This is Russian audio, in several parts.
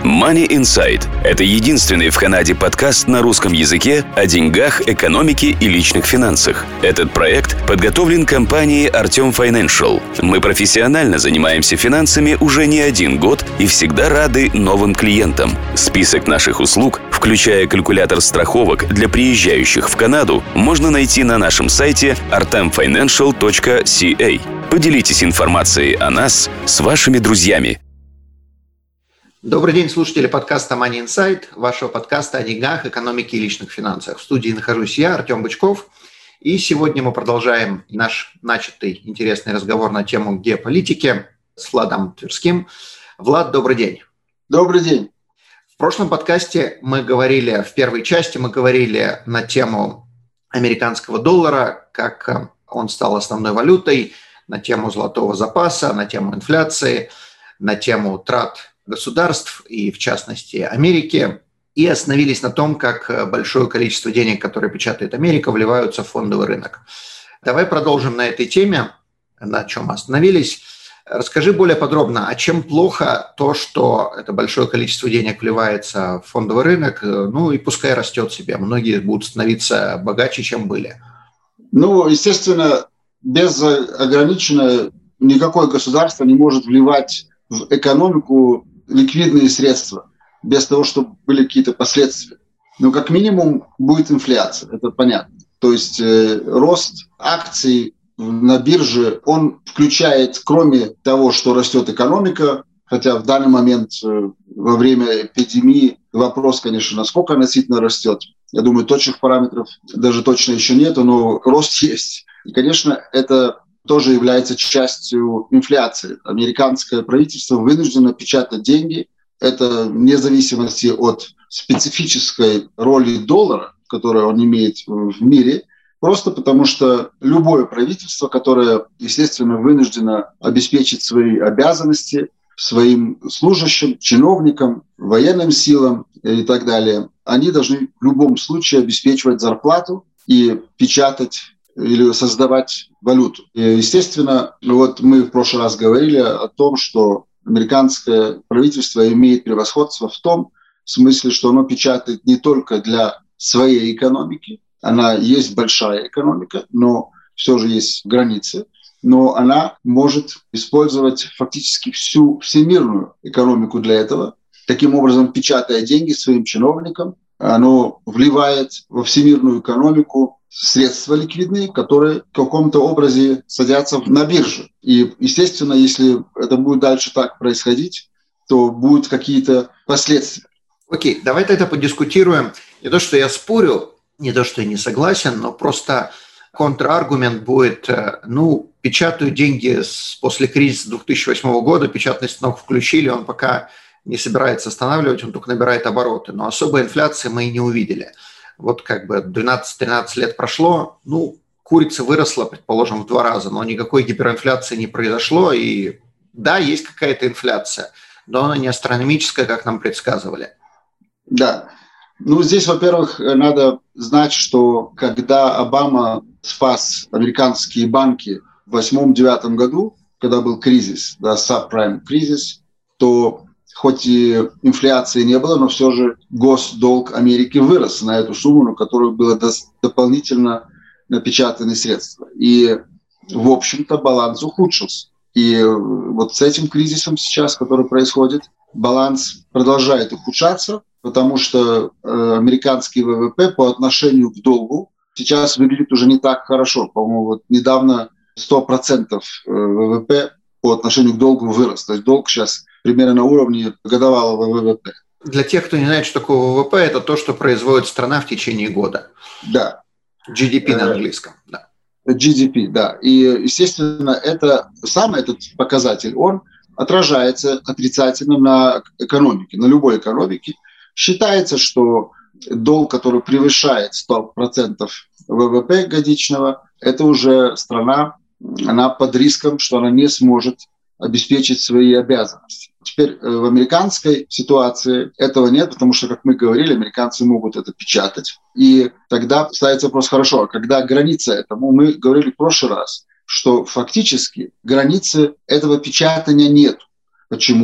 Money Insight – это единственный в Канаде подкаст на русском языке о деньгах, экономике и личных финансах. Этот проект подготовлен компанией Artem Financial. Мы профессионально занимаемся финансами уже не один год и всегда рады новым клиентам. Список наших услуг, включая калькулятор страховок для приезжающих в Канаду, можно найти на нашем сайте artemfinancial.ca. Поделитесь информацией о нас с вашими друзьями. Добрый день, слушатели подкаста Money Insight, вашего подкаста о деньгах, экономике и личных финансах. В студии нахожусь я, Артем Бычков, и сегодня мы продолжаем наш начатый интересный разговор на тему геополитики с Владом Тверским. Влад, добрый день. Добрый день. В прошлом подкасте в первой части мы говорили на тему американского доллара, как он стал основной валютой, на тему золотого запаса, на тему инфляции, на тему трат государств и, в частности, Америки, и остановились на том, как большое количество денег, которые печатает Америка, вливаются в фондовый рынок. Давай продолжим на этой теме, на чем мы остановились. Расскажи более подробно, а чем плохо то, что это большое количество денег вливается в фондовый рынок, и пускай растет себе, многие будут становиться богаче, чем были. Естественно, безограниченно никакое государство не может вливать в экономику ликвидные средства, без того, чтобы были какие-то последствия. Но как минимум будет инфляция, это понятно. То есть рост акций на бирже, он включает, кроме того, что растет экономика, хотя в данный момент во время эпидемии вопрос, конечно, насколько она сильно растет. Я думаю, точных параметров даже точно еще нету, но рост есть. И, конечно, это тоже является частью инфляции. Американское правительство вынуждено печатать деньги. Это вне зависимости от специфической роли доллара, которую он имеет в мире, просто потому что любое правительство, которое, естественно, вынуждено обеспечить свои обязанности своим служащим, чиновникам, военным силам и так далее, они должны в любом случае обеспечивать зарплату и печатать или создавать валюту. И, естественно, мы в прошлый раз говорили о том, что американское правительство имеет превосходство в том смысле, что оно печатает не только для своей экономики, она есть большая экономика, но все же есть границы, но она может использовать фактически всю всемирную экономику для этого. Таким образом, печатая деньги своим чиновникам, оно вливает во всемирную экономику средства ликвидные, которые в каком-то образе садятся на бирже. И, естественно, если это будет дальше так происходить, то будут какие-то последствия. Окей, давай тогда подискутируем. Не то, что я спорю, не то, что я не согласен, но просто контраргумент будет, печатают деньги после кризиса 2008 года, печатный станок включили, он пока не собирается останавливать, он только набирает обороты. Но особой инфляции мы и не увидели. 12-13 лет прошло, курица выросла, предположим, в 2 раза, но никакой гиперинфляции не произошло. И да, есть какая-то инфляция, но она не астрономическая, как нам предсказывали. Да. Здесь, во-первых, надо знать, что когда Обама спас американские банки в 2008-2009 году, когда был кризис, subprime кризис, то хоть и инфляции не было, но все же госдолг Америки вырос на эту сумму, на которую было дополнительно напечатаны средства. И, в общем-то, баланс ухудшился. И с этим кризисом сейчас, который происходит, баланс продолжает ухудшаться, потому что американский ВВП по отношению к долгу сейчас выглядит уже не так хорошо. По-моему, недавно 100% ВВП по отношению к долгу вырос. То есть долг сейчас примерно на уровне годовалого ВВП. Для тех, кто не знает, что такое ВВП, это то, что производит страна в течение года. Да. GDP на английском. Да. GDP, да. И, естественно, этот показатель, он отражается отрицательно на экономике, на любой экономике. Считается, что долг, который превышает 100% ВВП годичного, это уже страна, она под риском, что она не сможет обеспечить свои обязанности. Теперь в американской ситуации этого нет, потому что, как мы говорили, американцы могут это печатать. И тогда ставится вопрос, хорошо, а когда граница этому? Мы говорили в прошлый раз, что фактически границы этого печатания нет. Почему?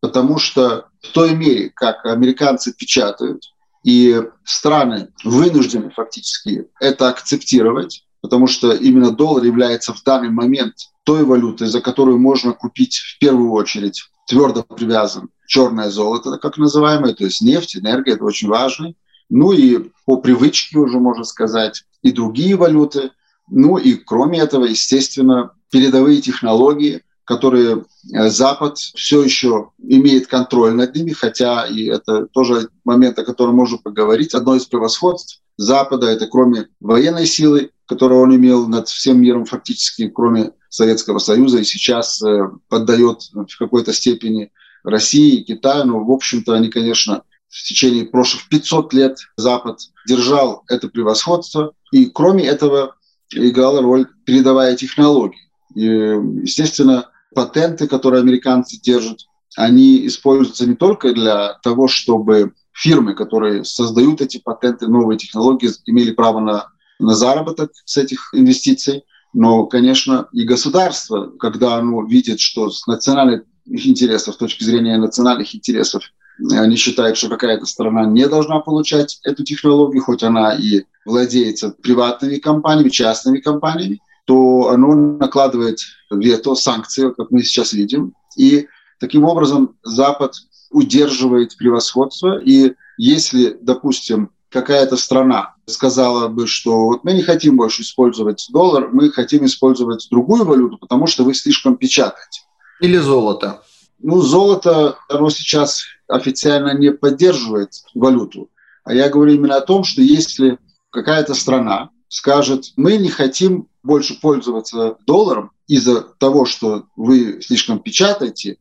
потому что в той мере, как американцы печатают, и страны вынуждены фактически это акцептировать, потому что именно доллар является в данный момент той валютой, за которую можно купить в первую очередь, твердо привязан черное золото, как называемое, то есть нефть, энергия, это очень важно. Ну и по привычке уже можно сказать и другие валюты. Ну и кроме этого, естественно, передовые технологии, которые Запад все еще имеет контроль над ними, хотя и это тоже момент, о котором можно поговорить. Одно из превосходств Запада – это кроме военной силы, которую он имел над всем миром фактически, кроме Советского Союза, и сейчас поддает в какой-то степени России и Китаю. Но, в общем-то, они, конечно, в течение прошлых 500 лет Запад держал это превосходство. И кроме этого играла роль передовая технология. И, естественно, патенты, которые американцы держат, они используются не только для того, чтобы фирмы, которые создают эти патенты, новые технологии, имели право на заработок с этих инвестиций, но, конечно, и государство, когда оно видит, что с национальных интересов, с точки зрения национальных интересов, они считают, что какая-то страна не должна получать эту технологию, хоть она и владеется приватными компаниями, частными компаниями, то оно накладывает вето, санкции, как мы сейчас видим. И таким образом Запад удерживает превосходство. И если, допустим, какая-то страна сказала бы, что вот мы не хотим больше использовать доллар, мы хотим использовать другую валюту, потому что вы слишком печатаете. Или золото. Ну, золото, оно сейчас официально не поддерживает валюту. А я говорю именно о том, что если какая-то страна скажет, мы не хотим больше пользоваться долларом из-за того, что вы слишком печатаете,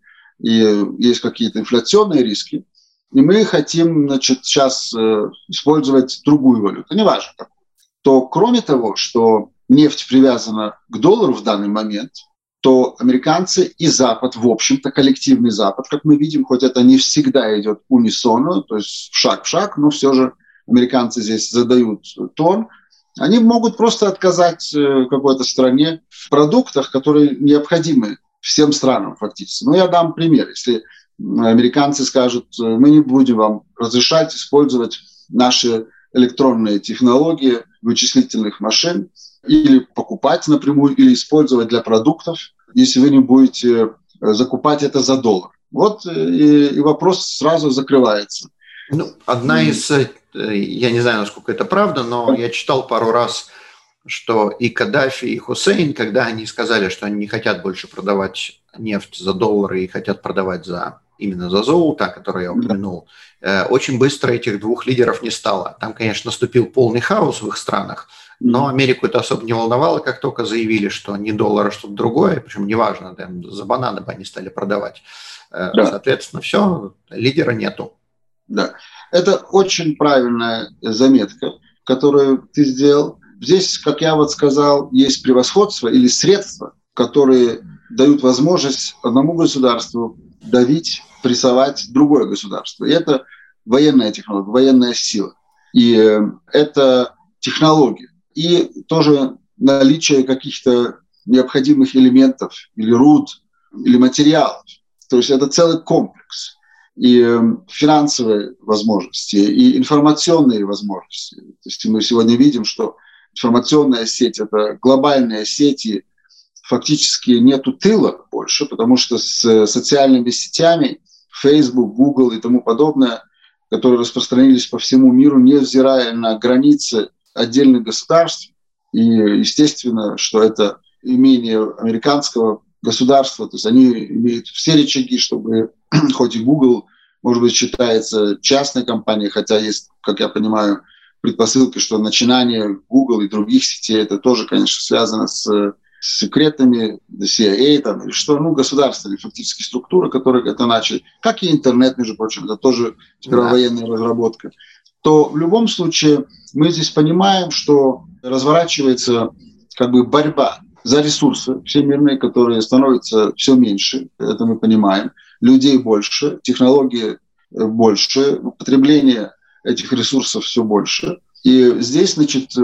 и есть какие-то инфляционные риски, и мы хотим, сейчас использовать другую валюту, неважно какую, то кроме того, что нефть привязана к доллару в данный момент, то американцы и Запад, в общем-то, коллективный Запад, как мы видим, хоть это не всегда идет унисонно, то есть шаг в шаг, но все же американцы здесь задают тон, они могут просто отказать какой-то стране в продуктах, которые необходимы всем странам фактически. Ну, я дам пример. Если американцы скажут, мы не будем вам разрешать использовать наши электронные технологии вычислительных машин или покупать напрямую, или использовать для продуктов, если вы не будете закупать это за доллар. Вот и вопрос сразу закрывается. Ну, одна из, я не знаю, насколько это правда, но я читал пару раз, что и Каддафи, и Хусейн, когда они сказали, что они не хотят больше продавать нефть за доллары и хотят продавать именно за золото, которое я упомянул, очень быстро этих двух лидеров не стало. Там, конечно, наступил полный хаос в их странах, но Америку это особо не волновало, как только заявили, что не доллар, а что-то другое, причем неважно, там, за бананы бы они стали продавать. Да. Соответственно, все, лидера нету. Да, это очень правильная заметка, которую ты сделал. Здесь, как я вот сказал, есть превосходство или средства, которые дают возможность одному государству давить, прессовать другое государство. И это военная технология, военная сила. И это технология. И тоже наличие каких-то необходимых элементов или руд, или материалов. То есть это целый комплекс. И финансовые возможности, и информационные возможности. То есть мы сегодня видим, что информационная сеть – это глобальная сеть, и фактически нету тыла больше, потому что с социальными сетями, Facebook, Google и тому подобное, которые распространились по всему миру, невзирая на границы отдельных государств, и естественно, что это имение американского государства, то есть они имеют все рычаги, чтобы, хоть и Google, может быть, считается частной компанией, хотя есть, как я понимаю, предпосылки, что начинание Google и других сетей, это тоже, конечно, связано с секретами, CIA там, или что, государственные фактически структуры, которые это начали, как и интернет, между прочим, это тоже военная разработка, то в любом случае мы здесь понимаем, что разворачивается как бы борьба за ресурсы всемирные, которые становятся все меньше, это мы понимаем, людей больше, технологий больше, потребление этих ресурсов все больше. И здесь,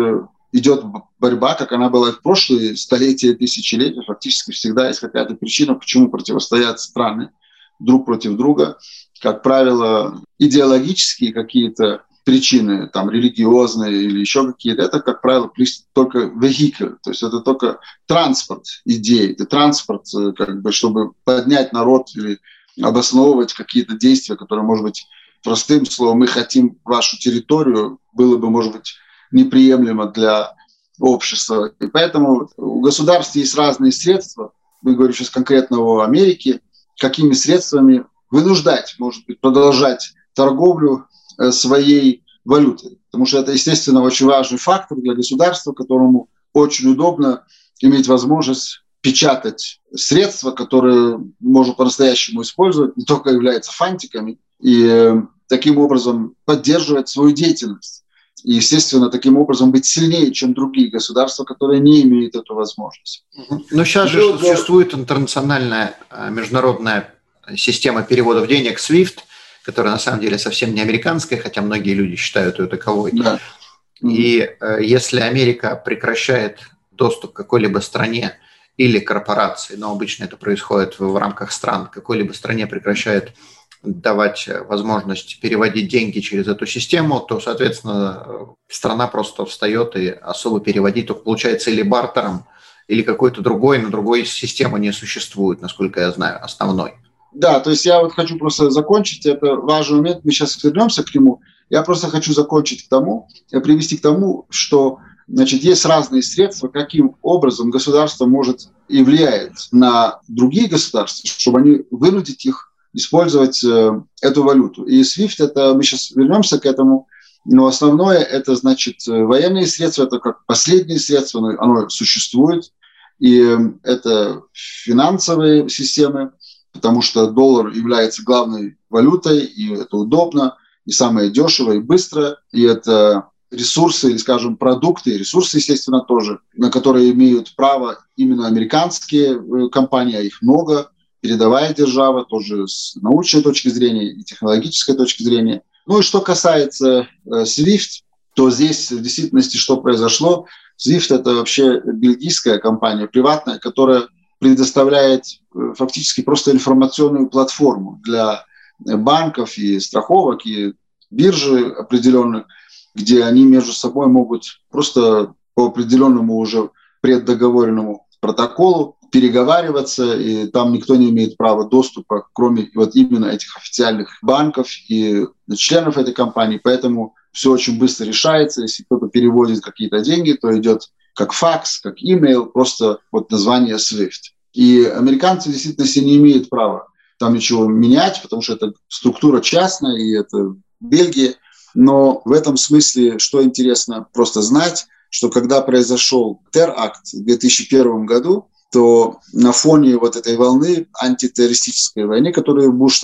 идет борьба, как она была в прошлые столетия, тысячелетия, фактически всегда есть какая-то причина, почему противостоят страны. друг против друга. Как правило, идеологические какие-то причины, там, религиозные или еще какие-то, это, как правило, только вехикл, то есть это только транспорт идей, это транспорт, как бы, чтобы поднять народ или обосновывать какие-то действия, которые, может быть, простым словом, мы хотим вашу территорию, было бы, может быть, неприемлемо для общества. И поэтому у государств есть разные средства, мы говорим сейчас конкретно о Америке, какими средствами вынуждать, может быть, продолжать торговлю своей валютой. Потому что это, естественно, очень важный фактор для государства, которому очень удобно иметь возможность печатать средства, которые можно по-настоящему использовать, не только являются фантиками, и таким образом поддерживать свою деятельность. И, естественно, таким образом быть сильнее, чем другие государства, которые не имеют эту возможность. Но сейчас же существует интернациональная международная система переводов денег SWIFT, которая на самом деле совсем не американская, хотя многие люди считают ее таковой. Да. И если Америка прекращает доступ к какой-либо стране или корпорации, но обычно это происходит в рамках стран, какой-либо стране прекращает давать возможность переводить деньги через эту систему, то, соответственно, страна просто встает и особо переводить только получается или бартером, или какой-то другой, но другой системы не существует, насколько я знаю, основной. Да, то есть я вот хочу просто закончить, это важный момент, мы сейчас вернемся к нему, я просто хочу закончить к тому, привести к тому, что, значит, есть разные средства, каким образом государство может и влияет на другие государства, чтобы они вынудить их использовать эту валюту. И SWIFT, это, мы сейчас вернемся к этому, но основное это, значит, военные средства, это как последние средства, но оно существует, и это финансовые системы, потому что доллар является главной валютой, и это удобно, и самое дешево, и быстро, и это ресурсы, или, скажем, продукты, ресурсы, естественно, тоже, на которые имеют право именно американские компании, а их много, передовая держава, тоже с научной точки зрения и технологической точки зрения. Ну и что касается SWIFT, то здесь в действительности что произошло? SWIFT – это вообще бельгийская компания, приватная, которая предоставляет фактически просто информационную платформу для банков и страховок, и биржи определенных, где они между собой могут просто по определенному уже преддоговоренному протоколу переговариваться, и там никто не имеет права доступа, кроме вот именно этих официальных банков и членов этой компании. Поэтому все очень быстро решается. Если кто-то переводит какие-то деньги, то идет как факс, как имейл, просто вот название SWIFT. И американцы действительно не имеют права там ничего менять, потому что это структура частная, и это Бельгия. Но в этом смысле, что интересно просто знать, что когда произошел теракт в 2001 году, то на фоне вот этой волны антитеррористической войны, которую Буш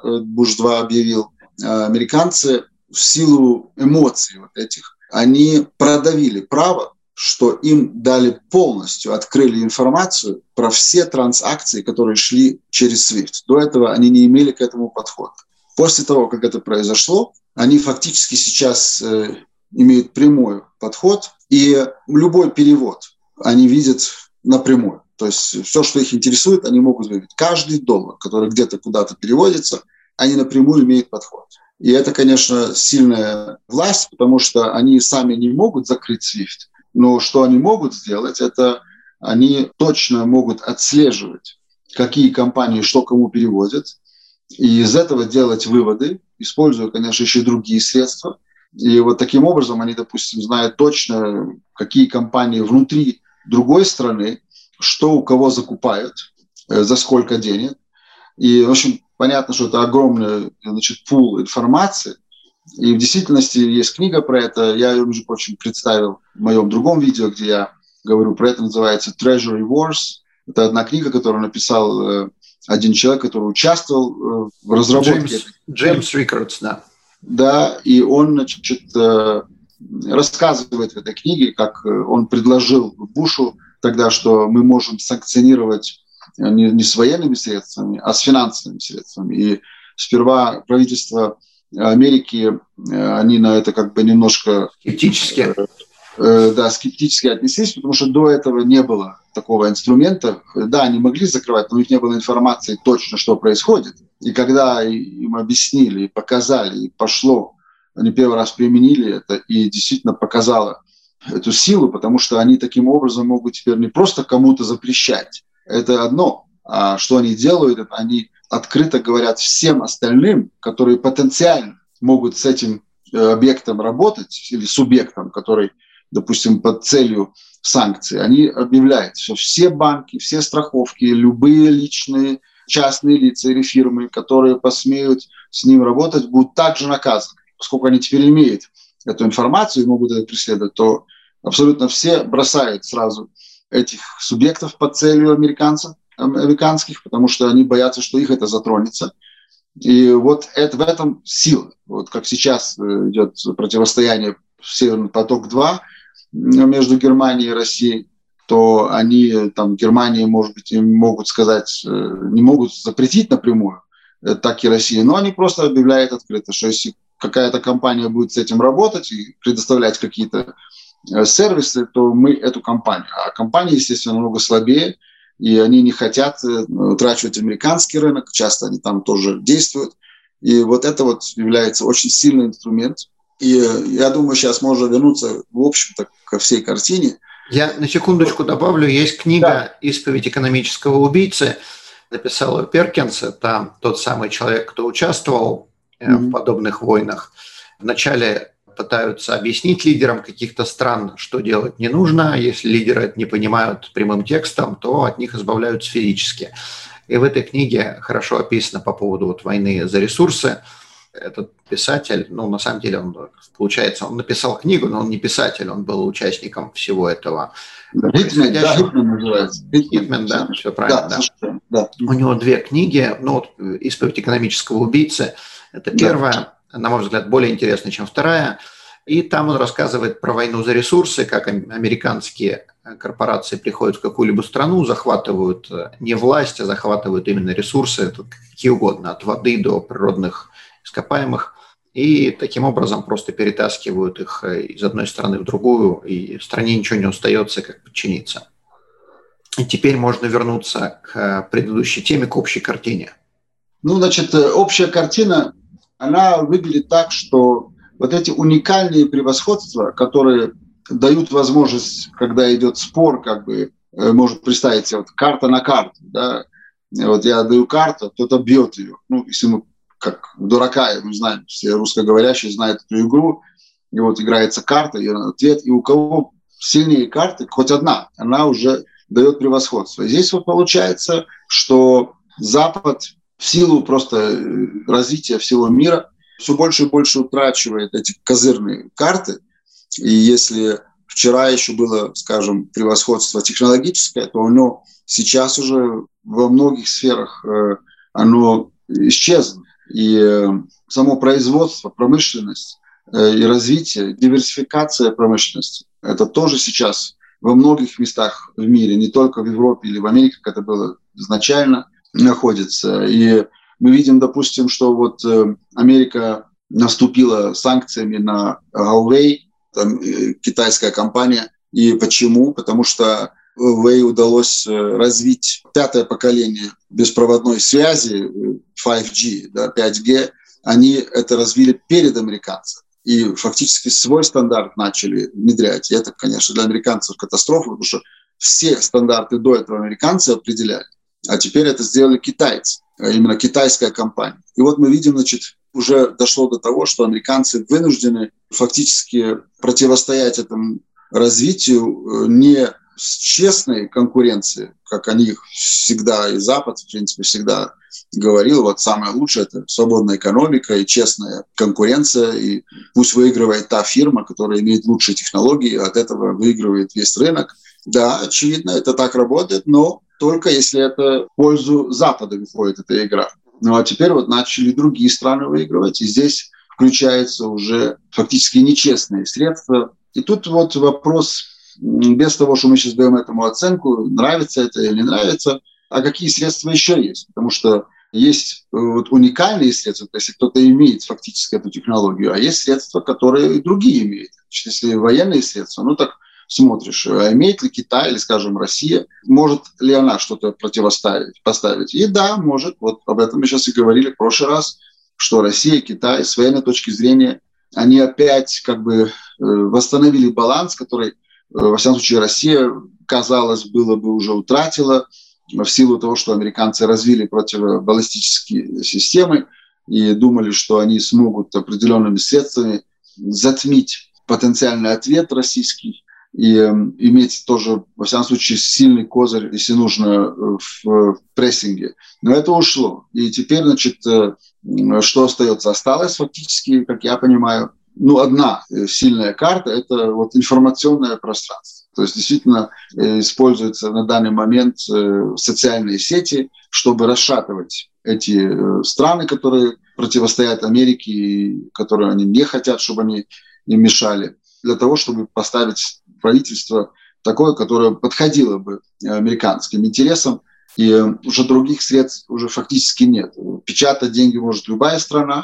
2 объявил, американцы в силу эмоций вот этих, они продавили право, что им дали полностью, открыли информацию про все транзакции, которые шли через SWIFT. До этого они не имели к этому подхода. После того, как это произошло, они фактически сейчас имеют прямой подход, и любой перевод они видят напрямую. То есть все, что их интересует, они могут видеть. Каждый доллар, который где-то куда-то переводится, они напрямую имеют подход. И это, конечно, сильная власть, потому что они сами не могут закрыть SWIFT. Но что они могут сделать, это они точно могут отслеживать, какие компании что кому переводят, и из этого делать выводы, используя, конечно, еще и другие средства. И вот таким образом они, допустим, знают точно, какие компании внутри другой страны, что у кого закупают, за сколько денег. И, в общем, понятно, что это огромный, значит, пул информации. И в действительности есть книга про это. Я ее, между прочим, представил в моем другом видео, где я говорю про это, называется «Treasury Wars». Это одна книга, которую написал один человек, который участвовал в разработке. Джеймс Рикардс, да. Да, и он, значит, рассказывает в этой книге, как он предложил Бушу тогда, что мы можем санкционировать не с военными средствами, а с финансовыми средствами. И сперва правительство Америки, они на это как бы немножко скептически. скептически отнеслись, потому что до этого не было такого инструмента. Да, они могли закрывать, но у них не было информации точно, что происходит. И когда им объяснили, и показали, и пошло, они первый раз применили это и действительно показало эту силу, потому что они таким образом могут теперь не просто кому-то запрещать. Это одно. А что они делают, это они открыто говорят всем остальным, которые потенциально могут с этим объектом работать или субъектом, который, допустим, под целью санкций, они объявляют, что все банки, все страховки, любые личные, частные лица или фирмы, которые посмеют с ним работать, будут также наказаны. Поскольку они теперь имеют эту информацию и могут это преследовать, то абсолютно все бросают сразу этих субъектов под целью американских, потому что они боятся, что их это затронется. И вот в этом сила. Вот как сейчас идет противостояние «Северный поток-2» между Германией и Россией, то они там Германии, может быть, им могут сказать, не могут запретить напрямую, так и России, но они просто объявляют открыто, что если какая-то компания будет с этим работать и предоставлять какие-то сервисы, то мы эту компанию. А компании, естественно, намного слабее, и они не хотят утрачивать американский рынок, часто они там тоже действуют. И вот это вот является очень сильный инструмент. И я думаю, сейчас можно вернуться, в общем-то, ко всей картине. Я на секундочку добавлю, есть книга «Исповедь экономического убийцы», написал ее Перкинс, это тот самый человек, кто участвовал в подобных войнах. Вначале пытаются объяснить лидерам каких-то стран, что делать не нужно. Если лидеры это не понимают прямым текстом, то от них избавляются физически. И в этой книге хорошо описано по поводу вот войны за ресурсы. Этот писатель, на самом деле, он написал книгу, но он не писатель, он был участником всего этого. Хитмен называется. Хитмен, да, все правильно. Да. У него 2 книги. «Исповедь экономического убийцы» – это первая, на мой взгляд, более интересная, чем вторая. И там он рассказывает про войну за ресурсы, как американские корпорации приходят в какую-либо страну, захватывают не власть, а захватывают именно ресурсы, какие угодно, от воды до природных ископаемых, и таким образом просто перетаскивают их из одной страны в другую, и в стране ничего не остается, как подчиниться. И теперь можно вернуться к предыдущей теме, к общей картине. Общая картина, она выглядит так, что вот эти уникальные превосходства, которые дают возможность, когда идет спор, может представить себе, карта на карту, да, вот я даю карту, кто-то бьет ее, если мы как дурака, мы знаем, все русскоговорящие знают эту игру, и вот играется карта, и ответ, и у кого сильнее карты, хоть одна, она уже дает превосходство. И здесь вот получается, что Запад в силу просто развития всего мира все больше и больше утрачивает эти козырные карты, и если вчера еще было, скажем, превосходство технологическое, то оно сейчас уже во многих сферах оно исчезло. И само производство, промышленность и развитие, диверсификация промышленности, это тоже сейчас во многих местах в мире, не только в Европе или в Америке, как это было изначально, находится. И мы видим, допустим, что вот Америка наступила санкциями на Huawei, китайская компания. И почему? Потому что Huawei удалось развить 5-е поколение беспроводной связи, 5G, 5G, они это развили перед американцами. И фактически свой стандарт начали внедрять. И это, конечно, для американцев катастрофа, потому что все стандарты до этого американцы определяли. А теперь это сделали китайцы, именно китайская компания. И вот мы видим, уже дошло до того, что американцы вынуждены фактически противостоять этому развитию не с честной конкуренцией, как они всегда, и Запад, в принципе, всегда говорил, вот самое лучшее – это свободная экономика и честная конкуренция, и пусть выигрывает та фирма, которая имеет лучшие технологии, от этого выигрывает весь рынок. Да, очевидно, это так работает, но только если это в пользу Запада выходит эта игра. А теперь вот начали другие страны выигрывать, и здесь включаются уже фактически нечестные средства. И тут вот вопрос, без того, что мы сейчас даем этому оценку, нравится это или не нравится, а какие средства еще есть. Потому что Есть вот уникальные средства, то есть если кто-то имеет фактически эту технологию, а есть средства, которые и другие имеют. Значит, если военные средства, ну так смотришь, а имеет ли Китай или, скажем, Россия, может ли она что-то поставить? И да, может. Вот об этом мы сейчас и говорили в прошлый раз, что Россия и Китай с военной точки зрения, они опять как бы восстановили баланс, который, во всяком случае, Россия, казалось, было бы уже утратила в силу того, что американцы развили противобаллистические системы и думали, что они смогут определенными средствами затмить потенциальный ответ российский и иметь тоже, во всяком случае, сильный козырь, если нужно, в прессинге. Но это ушло. И теперь, значит, что остается? Осталось фактически, как я понимаю, одна сильная карта – это вот информационное пространство. То есть действительно используются на данный момент социальные сети, чтобы расшатывать эти страны, которые противостоят Америке, и которые они не хотят, чтобы они им мешали, для того, чтобы поставить правительство такое, которое подходило бы американским интересам. И уже других средств уже фактически нет. Печатать деньги может любая страна.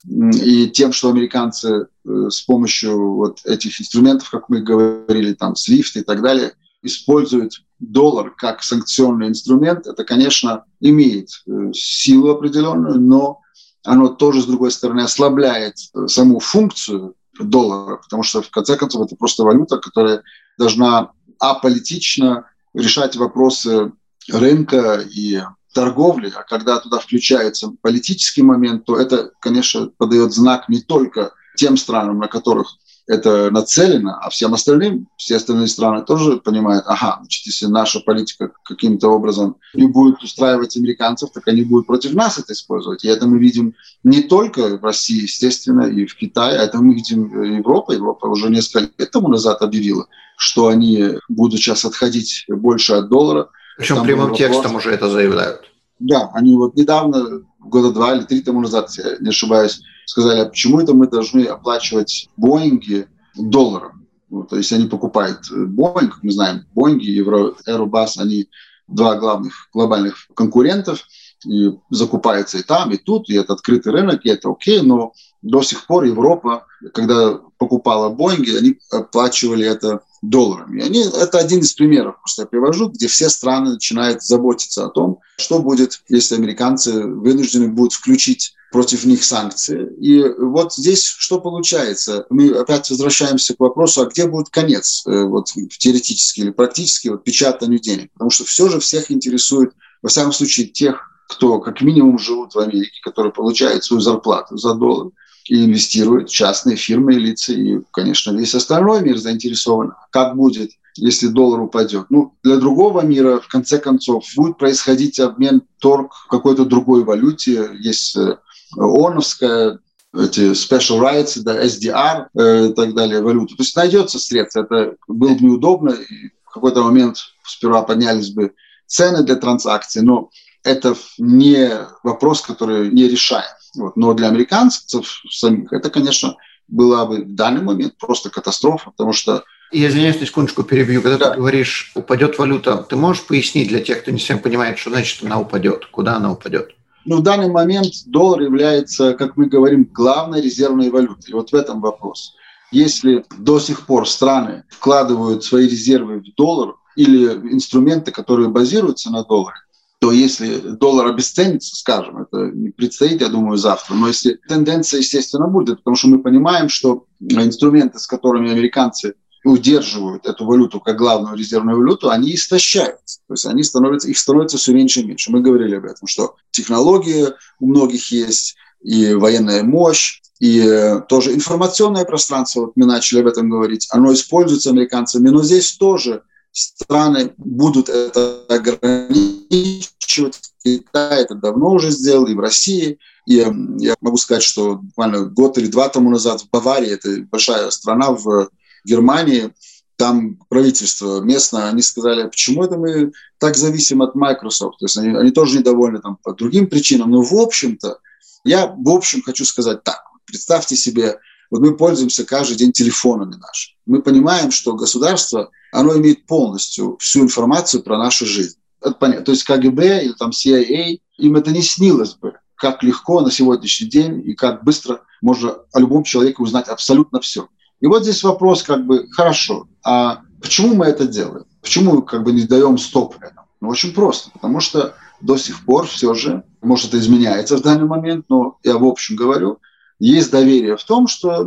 И тем, что американцы с помощью вот этих инструментов, как мы говорили, там SWIFT и так далее, используют доллар как санкционный инструмент, это, конечно, имеет силу определенную, но оно тоже, с другой стороны, ослабляет саму функцию доллара, потому что, в конце концов, это просто валюта, которая должна аполитично решать вопросы рынка и торговли, а когда туда включается политический момент, то это, конечно, подает знак не только тем странам, на которых это нацелено, а всем остальным, все остальные страны тоже понимают, значит, если наша политика каким-то образом не будет устраивать американцев, так они будут против нас это использовать. И это мы видим не только в России, естественно, и в Китае, а это мы видим в Европе. Европа уже несколько лет тому назад объявила, что они будут сейчас отходить больше от доллара. Причем прямым текстом уже это заявляют. Да, они вот недавно, года 2 или 3 тому назад, если я не ошибаюсь, сказали, а почему это мы должны оплачивать Боинги долларом? Вот, то есть они покупают Боинг, мы знаем, Боинги и Airbus, они два главных глобальных конкурентов, и закупаются и там, и тут, и это открытый рынок, и это окей, но до сих пор Европа, когда покупала Боинги, они оплачивали это долларами. Это один из примеров, что я привожу, где все страны начинают заботиться о том, что будет, если американцы вынуждены будут включить против них санкции. И вот здесь что получается? Мы опять возвращаемся к вопросу, а где будет конец, вот, теоретически или практически, вот, печатанию денег? Потому что все же всех интересует, во всяком случае, тех, кто как минимум живут в Америке, которые получают свою зарплату за доллар, и инвестируют частные фирмы и лица, и, конечно, весь остальной мир заинтересован. Как будет, если доллар упадет? Для другого мира, в конце концов, будет происходить обмен, торг в какой-то другой валюте. Есть ООНовская, эти special rights, да, SDR и так далее, валюта. То есть найдется средство. Это было бы неудобно, и в какой-то момент сперва поднялись бы цены для транзакций, но это не вопрос, который не решаем. Вот. Но для американцев самих это, конечно, была бы в данный момент просто катастрофа, потому что... Я извиняюсь, на секундочку перебью. Когда ты говоришь, упадет валюта, ты можешь пояснить для тех, кто не совсем понимает, что значит она упадет, куда она упадет? В данный момент доллар является, как мы говорим, главной резервной валютой. И вот в этом вопрос. Если до сих пор страны вкладывают свои резервы в доллар или инструменты, которые базируются на долларе, то если доллар обесценится, скажем, это не предстоит, я думаю, завтра, но если тенденция, естественно, будет, потому что мы понимаем, что инструменты, с которыми американцы удерживают эту валюту как главную резервную валюту, они истощаются. То есть их становится все меньше и меньше. Мы говорили об этом, что технологии у многих есть, и военная мощь, и тоже информационное пространство, вот мы начали об этом говорить, оно используется американцами, но здесь тоже страны будут это ограничивать. Китай это давно уже сделал, и в России. И я могу сказать, что буквально год или два тому назад в Баварии, это большая страна в Германии, там правительство местное, они сказали, почему это мы так зависим от Microsoft. То есть они тоже недовольны там, по другим причинам. Но в общем-то, я хочу сказать так. Представьте себе, вот мы пользуемся каждый день телефонами нашими. Мы понимаем, что государство, оно имеет полностью всю информацию про нашу жизнь. Это понятно. То есть КГБ или там CIA им это не снилось бы, как легко на сегодняшний день и как быстро можно о любом человеке узнать абсолютно все. И вот здесь вопрос хорошо, а почему мы это делаем? Почему мы не даем стоп этому? Очень просто, потому что до сих пор все же, может, это изменяется в данный момент, но я в общем говорю, есть доверие в том, что,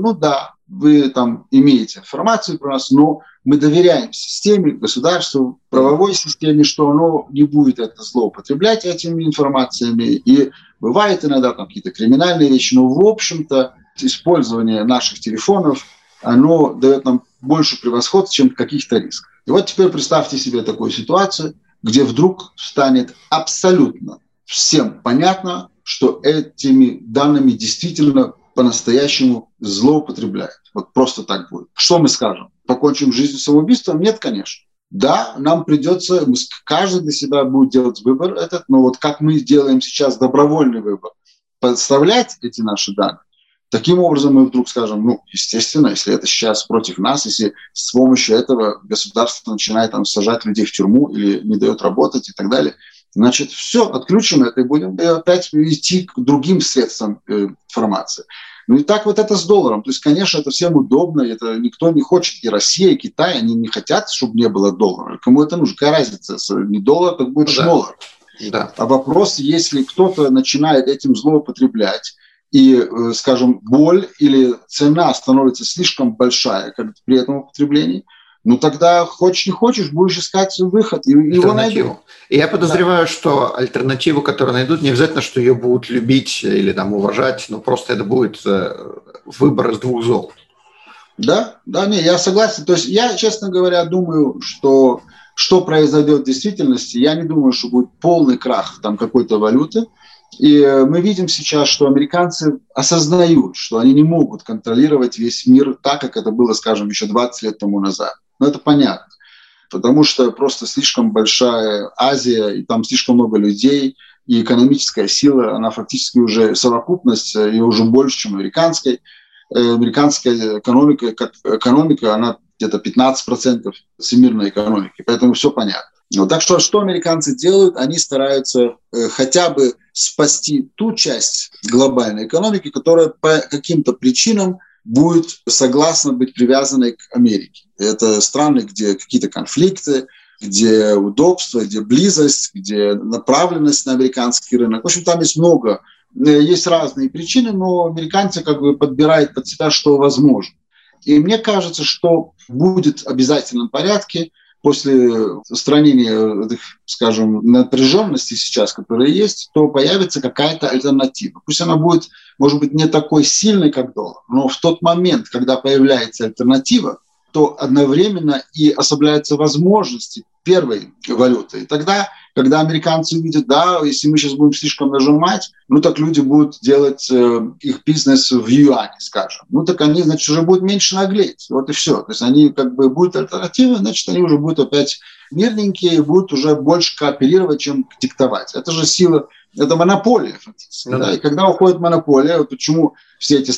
вы там имеете информацию про нас, но мы доверяем системе, государству, правовой системе, что оно не будет это злоупотреблять этими информациями. И бывает иногда какие-то криминальные вещи, но в общем-то использование наших телефонов, оно дает нам больше превосходств, чем каких-то рисков. И вот теперь представьте себе такую ситуацию, где вдруг станет абсолютно всем понятно, что этими данными действительно по-настоящему злоупотребляют. Вот просто так будет. Что мы скажем? Покончим жизнь самоубийством? Нет, конечно. Да, нам придется, каждый для себя будет делать выбор этот, но вот как мы делаем сейчас добровольный выбор, подставлять эти наши данные, таким образом мы вдруг скажем, естественно, если это сейчас против нас, если с помощью этого государство начинает сажать людей в тюрьму или не дает работать и так далее, значит, все, отключим это и будем опять идти к другим средствам информации. И так вот это с долларом. То есть, конечно, это всем удобно, это никто не хочет, и Россия, и Китай, они не хотят, чтобы не было доллара. Кому это нужно? Какая разница? Не доллар, так будет шмоллар. Да. А вопрос, если кто-то начинает этим злоупотреблять, и, скажем, боль или цена становится слишком большая при этом употреблении, тогда хочешь не хочешь, будешь искать выход, и его найдут. И я подозреваю, что альтернативу, которую найдут, не обязательно, что ее будут любить или уважать, но просто это будет выбор из двух зол. Да, я согласен. То есть я, честно говоря, думаю, что произойдет в действительности, я не думаю, что будет полный крах какой-то валюты. И мы видим сейчас, что американцы осознают, что они не могут контролировать весь мир так, как это было, скажем, еще 20 лет тому назад. Это понятно, потому что просто слишком большая Азия, и там слишком много людей, и экономическая сила, она фактически уже совокупность, ее уже больше, чем американская. Американская экономика, она где-то 15% всемирной экономики, поэтому все понятно. Так что американцы делают? Они стараются хотя бы спасти ту часть глобальной экономики, которая по каким-то причинам будет согласна быть привязанной к Америке. Это страны, где какие-то конфликты, где удобство, где близость, где направленность на американский рынок. В общем, там есть много, есть разные причины, но американцы подбирают под себя, что возможно. И мне кажется, что будет в обязательном порядке после устранения, скажем, напряженности сейчас, которая есть, то появится какая-то альтернатива. Пусть она будет, может быть, не такой сильной, как доллар, но в тот момент, когда появляется альтернатива, то одновременно и ослабляются возможности первой валюты. И тогда, когда американцы увидят, если мы сейчас будем слишком нажимать, так люди будут делать их бизнес в юане, скажем. Так они, значит, уже будут меньше наглеть. Вот и все. То есть они будут альтернативы, значит, они уже будут опять мирненькие и будут уже больше кооперировать, чем диктовать. Это же сила, это монополия фактически. Да? И когда уходит монополия, почему все эти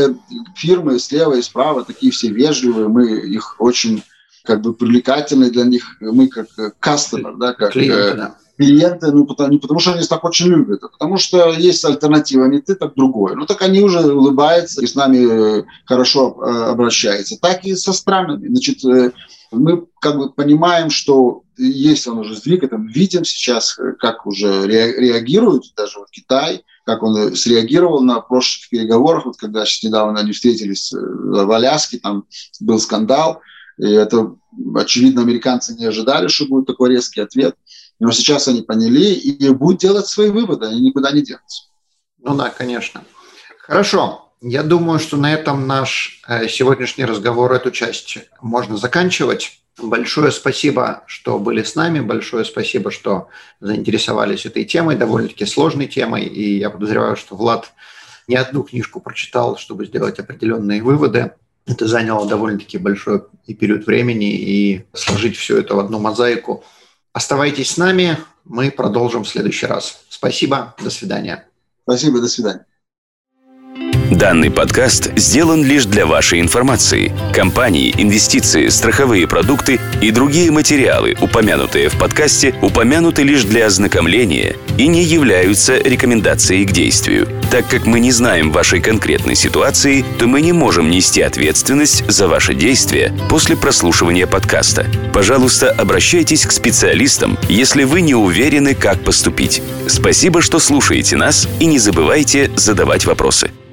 фирмы слева и справа такие все вежливые, мы их очень привлекательны для них, мы как customer, как клиенты, не потому что они нас так очень любят, а потому что есть альтернатива, не ты, так другой. Так они уже улыбаются и с нами хорошо обращаются. Так и со странами. Значит, мы понимаем, что есть он уже сдвиг, это мы видим сейчас, как уже реагируют, даже Китай, как он среагировал на прошлых переговорах, когда сейчас недавно они встретились в Аляске, там был скандал, и это, очевидно, американцы не ожидали, что будет такой резкий ответ. Но сейчас они поняли и будут делать свои выводы, они никуда не денутся. Да, конечно. Хорошо. Я думаю, что на этом наш сегодняшний разговор, эту часть можно заканчивать. Большое спасибо, что были с нами. Большое спасибо, что заинтересовались этой темой, довольно-таки сложной темой. И я подозреваю, что Влад не одну книжку прочитал, чтобы сделать определенные выводы. Это заняло довольно-таки большой период времени, и сложить все это в одну мозаику. Оставайтесь с нами, мы продолжим в следующий раз. Спасибо, до свидания. Спасибо, до свидания. Данный подкаст сделан лишь для вашей информации. Компании, инвестиции, страховые продукты и другие материалы, упомянутые в подкасте, упомянуты лишь для ознакомления и не являются рекомендацией к действию. Так как мы не знаем вашей конкретной ситуации, то мы не можем нести ответственность за ваши действия после прослушивания подкаста. Пожалуйста, обращайтесь к специалистам, если вы не уверены, как поступить. Спасибо, что слушаете нас, и не забывайте задавать вопросы.